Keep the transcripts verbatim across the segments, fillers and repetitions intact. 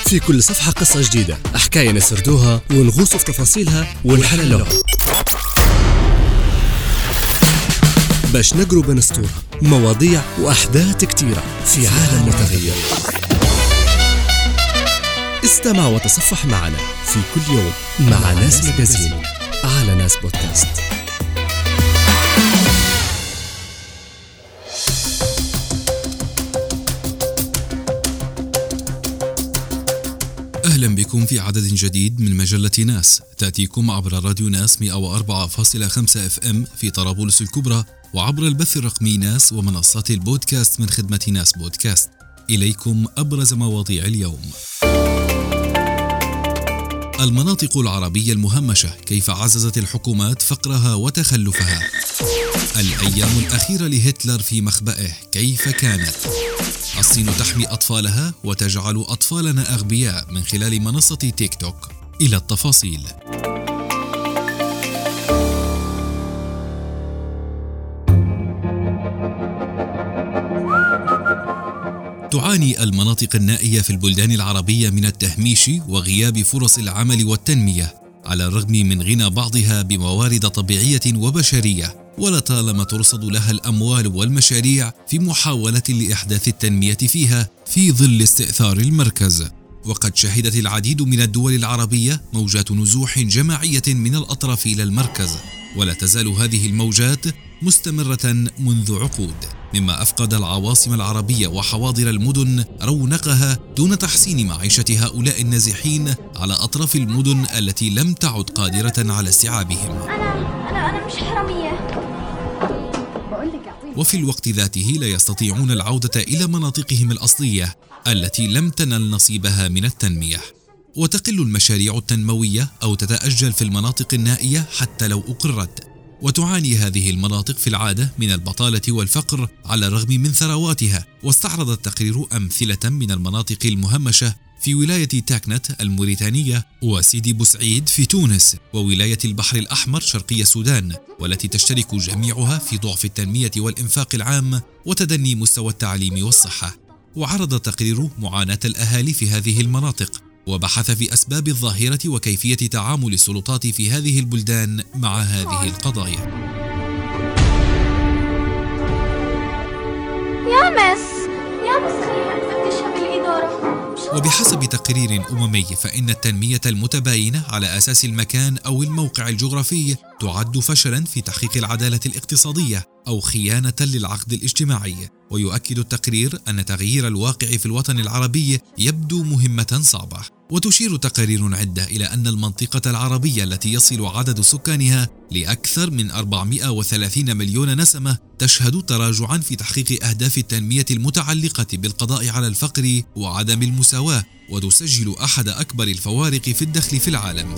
في كل صفحة قصة جديدة، حكاية نسردوها ونغوصوا في تفاصيلها ونحللوها باش نقروا بين سطور مواضيع وأحداث كتيرة في عالم متغير. استمع وتصفح معنا في كل يوم مع ناس ماجازين على ناس بودكاست. أهلا بكم في عدد جديد من مجلة ناس، تأتيكم عبر راديو ناس مئة وأربعة فاصلة خمسة اف ام في طرابلس الكبرى، وعبر البث الرقمي ناس ومنصات البودكاست من خدمة ناس بودكاست. إليكم أبرز مواضيع اليوم. المناطق العربية المهمشة، كيف عززت الحكومات فقرها وتخلفها. الأيام الأخيرة لهتلر في مخبئه كيف كانت. الصين تحمي أطفالها وتجعل أطفالنا أغبياء من خلال منصة تيك توك. إلى التفاصيل. تعاني المناطق النائية في البلدان العربية من التهميش وغياب فرص العمل والتنمية، على الرغم من غنى بعضها بموارد طبيعية وبشرية، ولطالما ترصد لها الأموال والمشاريع في محاولة لإحداث التنمية فيها في ظل استئثار المركز. وقد شهدت العديد من الدول العربية موجات نزوح جماعية من الأطراف إلى المركز، ولا تزال هذه الموجات مستمرة منذ عقود، مما أفقد العواصم العربية وحواضر المدن رونقها دون تحسين معيشة هؤلاء النازحين على أطراف المدن التي لم تعد قادرة على استيعابهم. أنا أنا أنا مش حرامية. وفي الوقت ذاته لا يستطيعون العودة إلى مناطقهم الأصلية التي لم تنل نصيبها من التنمية، وتقل المشاريع التنموية أو تتأجل في المناطق النائية حتى لو أقرت. وتعاني هذه المناطق في العادة من البطالة والفقر على الرغم من ثرواتها. واستعرض التقرير أمثلة من المناطق المهمشة في ولاية تاكنت الموريتانية، وسيدي بوسعيد في تونس، وولاية البحر الأحمر شرقي السودان، والتي تشترك جميعها في ضعف التنمية والإنفاق العام وتدني مستوى التعليم والصحة. وعرض التقرير معاناة الأهالي في هذه المناطق، وبحث في أسباب الظاهرة وكيفية تعامل السلطات في هذه البلدان مع هذه القضايا. يا مس يا مس خلينا نفتشها بالإدارة. وبحسب تقرير أممي، فإن التنمية المتباينة على أساس المكان أو الموقع الجغرافي تعد فشلا في تحقيق العدالة الاقتصادية أو خيانة للعقد الاجتماعي. ويؤكد التقرير أن تغيير الواقع في الوطن العربي يبدو مهمة صعبة. وتشير تقارير عدة إلى أن المنطقة العربية التي يصل عدد سكانها لأكثر من أربعمائة وثلاثين مليون نسمة تشهد تراجعا في تحقيق أهداف التنمية المتعلقة بالقضاء على الفقر وعدم المساواة، وتسجل أحد أكبر الفوارق في الدخل في العالم.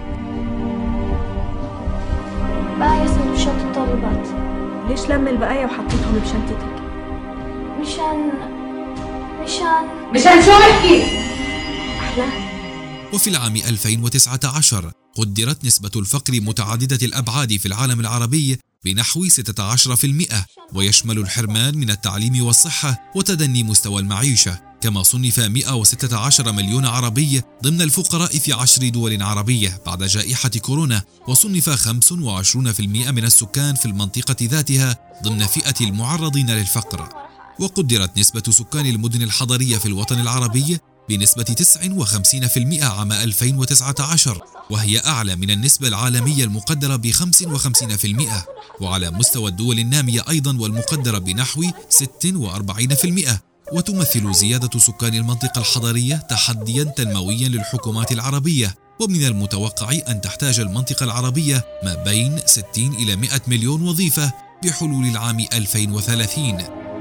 بقايا صاروا بشنطة الطالبات. ليش لم البقايا وحطيتهم بشنطتك؟ مشان مشان مشان شو احكي؟ أحلى. وفي العام ألفين وتسعة عشر قدرت نسبة الفقر متعددة الأبعاد في العالم العربي بنحو ستة عشر بالمئة، ويشمل الحرمان من التعليم والصحة وتدني مستوى المعيشة. كما صنف مئة وستة عشر مليون عربي ضمن الفقراء في عشر دول عربية بعد جائحة كورونا، وصنف خمسة وعشرين بالمئة من السكان في المنطقة ذاتها ضمن فئة المعرضين للفقر. وقدرت نسبة سكان المدن الحضرية في الوطن العربي بنسبة تسعة وخمسين بالمئة عام ألفين وتسعة عشر، وهي أعلى من النسبة العالمية المقدرة ب خمسة وخمسين بالمئة، وعلى مستوى الدول النامية أيضا والمقدرة بنحو ستة وأربعين بالمئة. وتمثل زيادة سكان المنطقة الحضرية تحديا تنمويا للحكومات العربية، ومن المتوقع أن تحتاج المنطقة العربية ما بين ستين إلى مئة مليون وظيفة بحلول العام ألفين وثلاثين.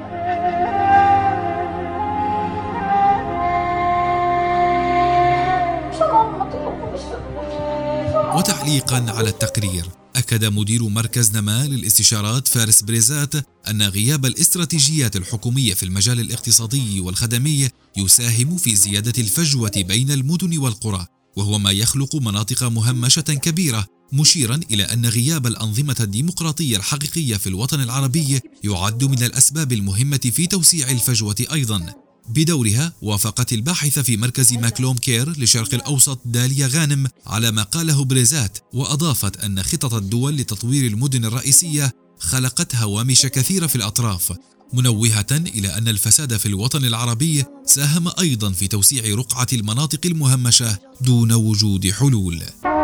وتعليقا على التقرير، أكد مدير مركز نما للاستشارات فارس بريزات أن غياب الاستراتيجيات الحكومية في المجال الاقتصادي والخدمي يساهم في زيادة الفجوة بين المدن والقرى، وهو ما يخلق مناطق مهمشة كبيرة، مشيرا إلى أن غياب الأنظمة الديمقراطية الحقيقية في الوطن العربي يعد من الأسباب المهمة في توسيع الفجوة أيضا. بدورها وافقت الباحثة في مركز ماكلوم كير لشرق الأوسط داليا غانم على ما قاله بريزات، وأضافت أن خطط الدول لتطوير المدن الرئيسية خلقت هوامش كثيرة في الأطراف، منوهة إلى أن الفساد في الوطن العربي ساهم أيضا في توسيع رقعة المناطق المهمشة دون وجود حلول.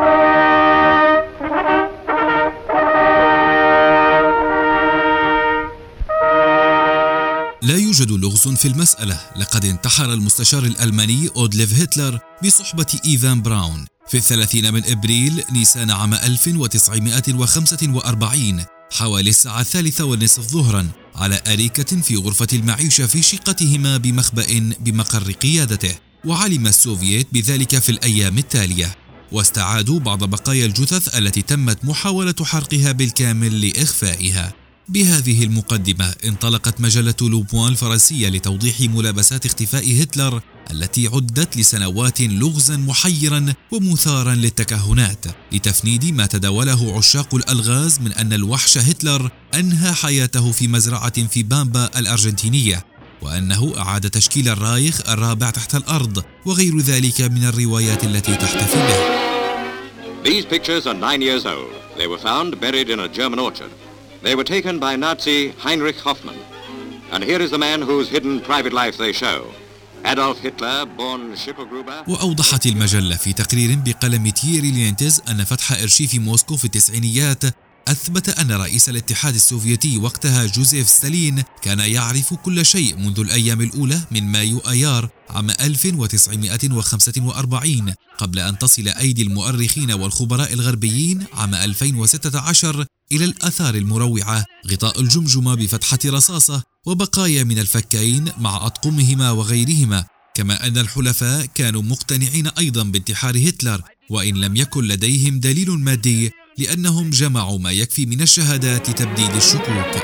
لا يوجد لغز في المسألة، لقد انتحر المستشار الألماني أودليف هتلر بصحبة إيفان براون في الثلاثين من إبريل نيسان عام ألف وتسعمائة وخمسة وأربعين حوالي الساعة الثالثة والنصف ظهرا على أريكة في غرفة المعيشة في شقتهما بمخبأ بمقر قيادته، وعلم السوفييت بذلك في الأيام التالية، واستعادوا بعض بقايا الجثث التي تمت محاولة حرقها بالكامل لإخفائها. بهذه المقدمة انطلقت مجلة لوبوان الفرنسية لتوضيح ملابسات اختفاء هتلر التي عدت لسنوات لغزا محيرا ومثارا للتكهنات، لتفنيد ما تداوله عشاق الألغاز من أن الوحش هتلر أنهى حياته في مزرعة في بامبا الأرجنتينية، وأنه أعاد تشكيل الرايخ الرابع تحت الأرض، وغير ذلك من الروايات التي تحتفي به. These pictures are nine years old. They were found buried in a German orchard. They were taken by Nazi Heinrich Hoffmann. And here is the man whose hidden private life they show. Adolf Hitler, born Schippergruber. وأوضحت المجلة في تقرير بقلم تييري لينتز أن فتح أرشيف موسكو في التسعينيات أثبت أن رئيس الاتحاد السوفيتي وقتها جوزيف ستالين كان يعرف كل شيء منذ الأيام الأولى من مايو آيار عام ألف وتسعمائة وخمسة وأربعين، قبل أن تصل أيدي المؤرخين والخبراء الغربيين عام ألفين وستة عشر إلى الآثار المروعة، غطاء الجمجمة بفتحة رصاصة وبقايا من الفكين مع أطقمهما وغيرهما، كما أن الحلفاء كانوا مقتنعين أيضا بانتحار هتلر وإن لم يكن لديهم دليل مادي، لأنهم جمعوا ما يكفي من الشهادات لتبديد الشكوك.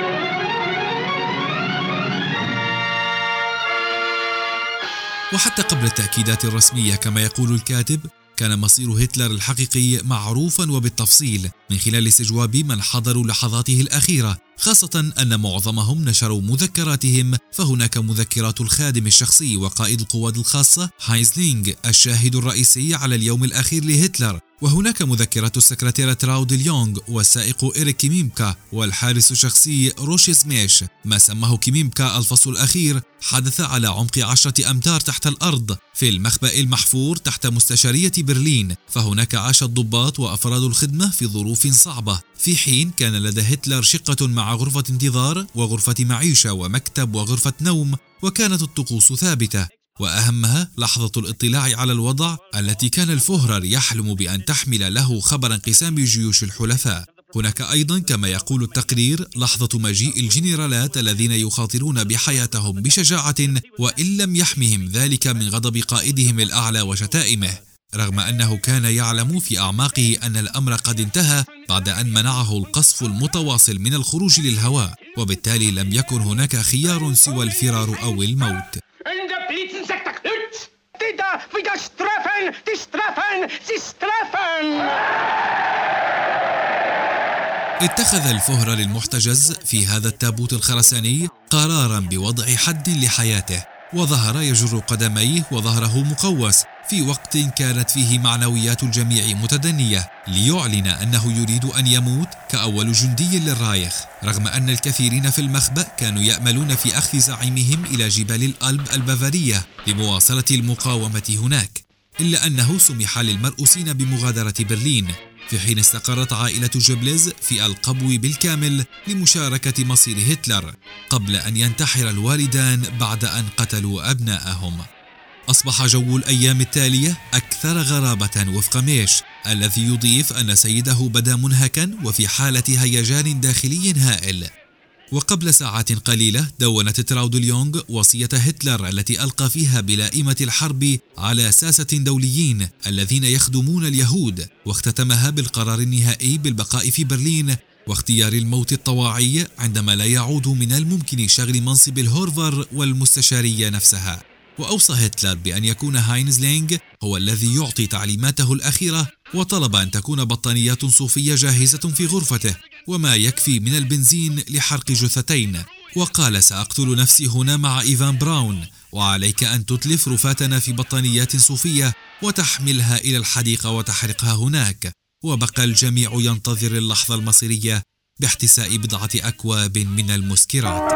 وحتى قبل التأكيدات الرسمية كما يقول الكاتب، كان مصير هتلر الحقيقي معروفا وبالتفصيل من خلال استجواب من حضروا لحظاته الأخيرة، خاصة أن معظمهم نشروا مذكراتهم، فهناك مذكرات الخادم الشخصي وقائد القوات الخاصة هاينز لينغ الشاهد الرئيسي على اليوم الأخير لهتلر، وهناك مذكرات السكرتيرة تراو دي ليونغ والسائق إريك كيميمكا والحارس الشخصي روشيس ميش. ما سماه كيميمكا الفصل الأخير حدث على عمق عشرة أمتار تحت الأرض في المخبأ المحفور تحت مستشارية برلين، فهناك عاش الضباط وأفراد الخدمة في ظروف صعبة، في حين كان لدى هتلر شقة مع غرفة انتظار وغرفة معيشة ومكتب وغرفة نوم، وكانت الطقوس ثابتة، وأهمها لحظة الاطلاع على الوضع التي كان الفهرر يحلم بأن تحمل له خبر انقسام جيوش الحلفاء. هناك أيضا كما يقول التقرير لحظة مجيء الجنرالات الذين يخاطرون بحياتهم بشجاعة وإن لم يحمهم ذلك من غضب قائدهم الأعلى وشتائمه، رغم أنه كان يعلم في أعماقه أن الأمر قد انتهى بعد أن منعه القصف المتواصل من الخروج للهواء، وبالتالي لم يكن هناك خيار سوى الفرار أو الموت. اتخذ الفهرر المحتجز في هذا التابوت الخرساني قرارا بوضع حد لحياته، وظهر يجر قدميه وظهره مقوس في وقت كانت فيه معنويات الجميع متدنية، ليعلن أنه يريد أن يموت كأول جندي للرايخ، رغم أن الكثيرين في المخبأ كانوا يأملون في أخذ زعيمهم إلى جبال الألب البافارية لمواصلة المقاومة هناك، إلا أنه سمح للمرؤوسين بمغادرة برلين، في حين استقرت عائلة جوبلز في القبو بالكامل لمشاركة مصير هتلر قبل أن ينتحر الوالدان بعد أن قتلوا أبناءهم. أصبح جو الأيام التالية أكثر غرابة وفق ميش، الذي يضيف أن سيده بدا منهكا وفي حالة هيجان داخلي هائل. وقبل ساعات قليلة دونت تراو دي ليونغ وصية هتلر التي ألقى فيها بلائمة الحرب على ساسة دوليين الذين يخدمون اليهود، واختتمها بالقرار النهائي بالبقاء في برلين واختيار الموت الطواعي عندما لا يعود من الممكن شغل منصب الهورفر والمستشارية نفسها. وأوصى هتلر بأن يكون هاينز لينغ هو الذي يعطي تعليماته الأخيرة، وطلب أن تكون بطانيات صوفية جاهزة في غرفته وما يكفي من البنزين لحرق جثتين، وقال: سأقتل نفسي هنا مع إيفان براون، وعليك أن تتلف رفاتنا في بطانيات صوفية وتحملها إلى الحديقة وتحرقها هناك. وبقى الجميع ينتظر اللحظة المصيرية باحتساء بضعة أكواب من المسكرات.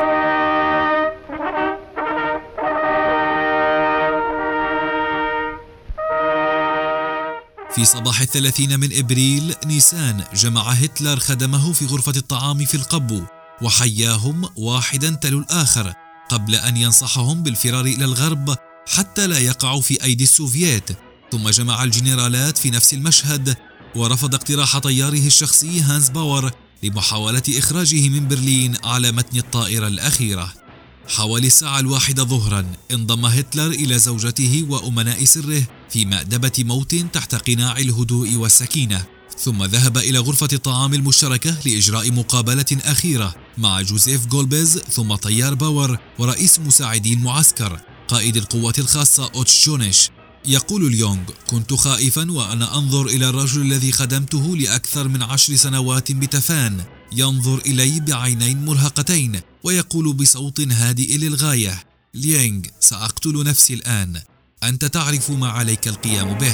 في صباح الثلاثين من إبريل نيسان جمع هتلر خدمه في غرفة الطعام في القبو وحياهم واحدا تلو الآخر قبل أن ينصحهم بالفرار إلى الغرب حتى لا يقعوا في أيدي السوفييت. ثم جمع الجنرالات في نفس المشهد ورفض اقتراح طياره الشخصي هانس باور لمحاولة إخراجه من برلين على متن الطائرة الأخيرة. حوالي الساعة الواحدة ظهرا انضم هتلر إلى زوجته وأمناء سره في مأدبة موت تحت قناع الهدوء والسكينة، ثم ذهب إلى غرفة الطعام المشتركة لإجراء مقابلة أخيرة مع جوزيف جولبيز ثم طيار باور ورئيس مساعدي المعسكر قائد القوات الخاصة أوتش جونيش. يقول اليونغ: كنت خائفا وأنا أنظر إلى الرجل الذي خدمته لأكثر من عشر سنوات بتفان ينظر إلي بعينين مرهقتين ويقول بصوت هادئ للغاية: لينغ، سأقتل نفسي الآن، أنت تعرف ما عليك القيام به.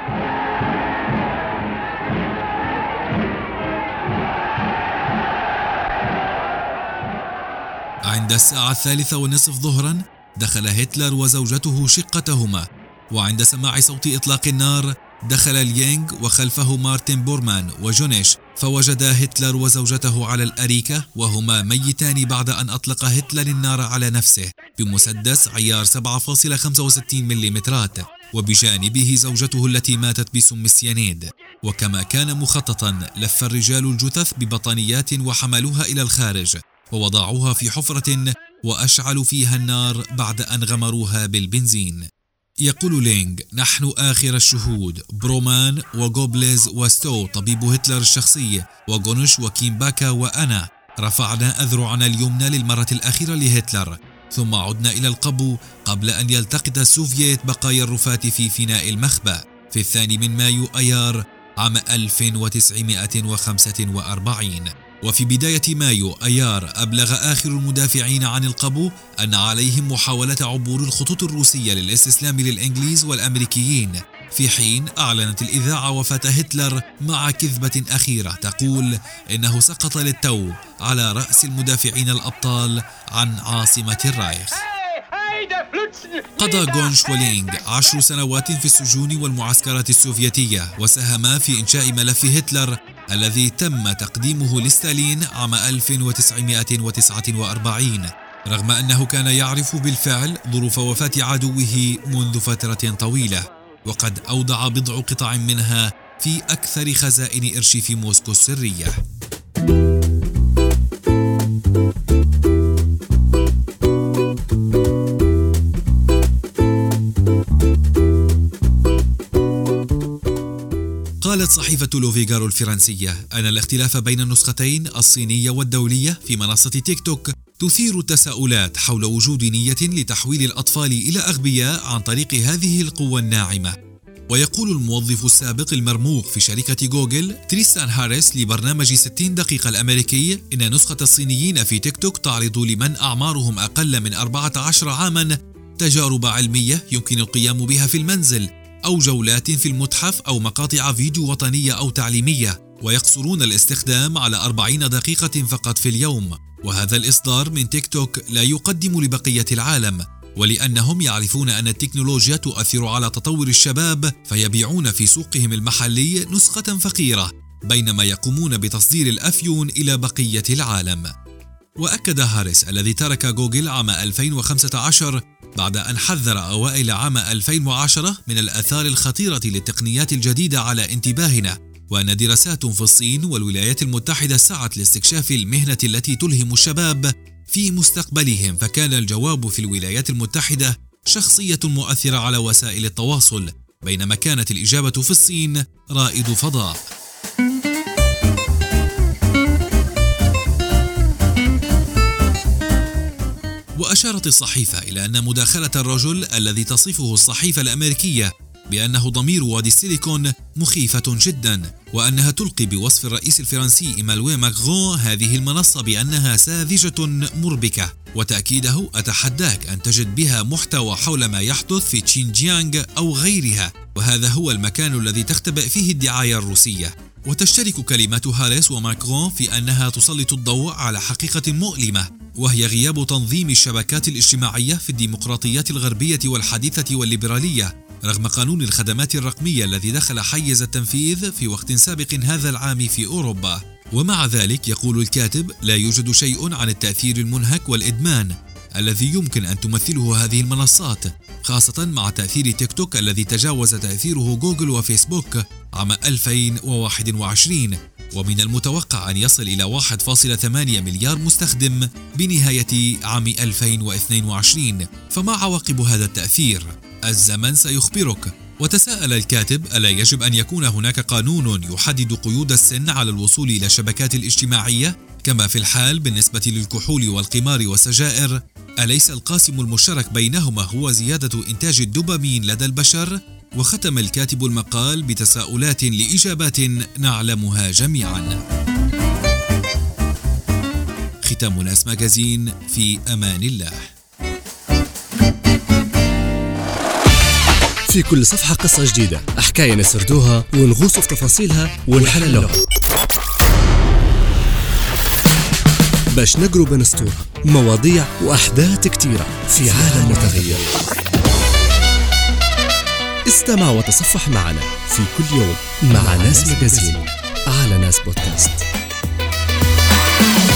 عند الساعة الثالثة والنصف ظهرا دخل هتلر وزوجته شقتهما، وعند سماع صوت إطلاق النار دخل لينغ وخلفه مارتن بورمان وجونيش، فوجدا هتلر وزوجته على الأريكة وهما ميتان بعد أن أطلق هتلر النار على نفسه بمسدس عيار سبعة فاصلة خمسة وستين ملم، وبجانبه زوجته التي ماتت بسم السيانيد. وكما كان مخططا لف الرجال الجثث ببطانيات وحملوها إلى الخارج ووضعوها في حفرة وأشعلوا فيها النار بعد أن غمروها بالبنزين. يقول لينغ: نحن آخر الشهود، برومان وغوبلز وستو طبيب هتلر الشخصي وغونش وكيمباكا وأنا رفعنا أذرعنا اليمنى للمرة الأخيرة لهتلر، ثم عدنا إلى القبو قبل أن يلتقط السوفييت بقايا الرفات في فناء المخبأ في الثاني من مايو أيار عام ألف وتسعمائة وخمسة وأربعين. وفي بداية مايو أيار أبلغ آخر المدافعين عن القبو أن عليهم محاولة عبور الخطوط الروسية للاستسلام للإنجليز والأمريكيين، في حين أعلنت الإذاعة وفاة هتلر مع كذبة أخيرة تقول إنه سقط للتو على رأس المدافعين الأبطال عن عاصمة الرايخ. قضى غونش ولينغ عشر سنوات في السجون والمعسكرات السوفيتية، وساهما في إنشاء ملف هتلر الذي تم تقديمه لستالين عام ألف وتسعمائة وتسعة وأربعين، رغم أنه كان يعرف بالفعل ظروف وفاة عدوه منذ فترة طويلة، وقد أودع بضع قطع منها في أكثر خزائن أرشيف موسكو السرية. قالت صحيفة لوفيغارو الفرنسية أن الاختلاف بين النسختين الصينية والدولية في منصة تيك توك تثير التساؤلات حول وجود نية لتحويل الأطفال إلى أغبياء عن طريق هذه القوة الناعمة. ويقول الموظف السابق المرموق في شركة جوجل تريستان هاريس لبرنامج ستين دقيقة الأمريكي إن نسخة الصينيين في تيك توك تعرض لمن أعمارهم أقل من أربعة عشر عاما تجارب علمية يمكن القيام بها في المنزل أو جولات في المتحف أو مقاطع فيديو وطنية أو تعليمية، ويقصرون الاستخدام على أربعين دقيقة فقط في اليوم. وهذا الإصدار من تيك توك لا يقدم لبقية العالم، ولأنهم يعرفون أن التكنولوجيا تؤثر على تطور الشباب فيبيعون في سوقهم المحلي نسخة فقيرة بينما يقومون بتصدير الأفيون إلى بقية العالم. وأكد هاريس الذي ترك جوجل عام ألفين وخمسة عشر بعد أن حذر أوائل عام ألفين وعشرة من الآثار الخطيرة للتقنيات الجديدة على انتباهنا، وأن دراسات في الصين والولايات المتحدة سعت لاستكشاف المهنة التي تلهم الشباب في مستقبلهم، فكان الجواب في الولايات المتحدة شخصية مؤثرة على وسائل التواصل، بينما كانت الإجابة في الصين رائد فضاء. وأشارت الصحيفة إلى أن مداخلة الرجل الذي تصفه الصحيفة الأمريكية بأنه ضمير وادي السيليكون مخيفة جدا، وأنها تلقي بوصف الرئيس الفرنسي إيمانويل ماكرون هذه المنصة بأنها ساذجة مربكة، وتأكيده: أتحداك أن تجد بها محتوى حول ما يحدث في تشينجيانغ أو غيرها، وهذا هو المكان الذي تختبئ فيه الدعاية الروسية. وتشترك كلمات هاريس وماكرون في أنها تسلط الضوء على حقيقة مؤلمة، وهي غياب تنظيم الشبكات الاجتماعية في الديمقراطيات الغربية والحديثة والليبرالية، رغم قانون الخدمات الرقمية الذي دخل حيز التنفيذ في وقت سابق هذا العام في أوروبا. ومع ذلك يقول الكاتب: لا يوجد شيء عن التأثير المنهك والإدمان الذي يمكن أن تمثله هذه المنصات، خاصة مع تأثير تيك توك الذي تجاوز تأثيره جوجل وفيسبوك عام ألفين وواحد وعشرين، ومن المتوقع أن يصل إلى واحد فاصلة ثمانية مليار مستخدم بنهاية عام ألفين واثنين وعشرين. فما عواقب هذا التأثير؟ الزمن سيخبرك. وتساءل الكاتب: ألا يجب أن يكون هناك قانون يحدد قيود السن على الوصول إلى الشبكات الاجتماعية كما في الحال بالنسبة للكحول والقمار والسجائر؟ أليس القاسم المشترك بينهما هو زيادة إنتاج الدوبامين لدى البشر؟ وختم الكاتب المقال بتساؤلات لإجابات نعلمها جميعا. ختام ناس ماجازين، في أمان الله. في كل صفحة قصة جديدة، حكاية نسردوها ونغوص في تفاصيلها ونحللوها باش نقرب بين اسطورة، مواضيع وأحداث كتيرة في عالم متغير. استمع وتصفح معنا في كل يوم مع ناس ماجازين على ناس بودكاست.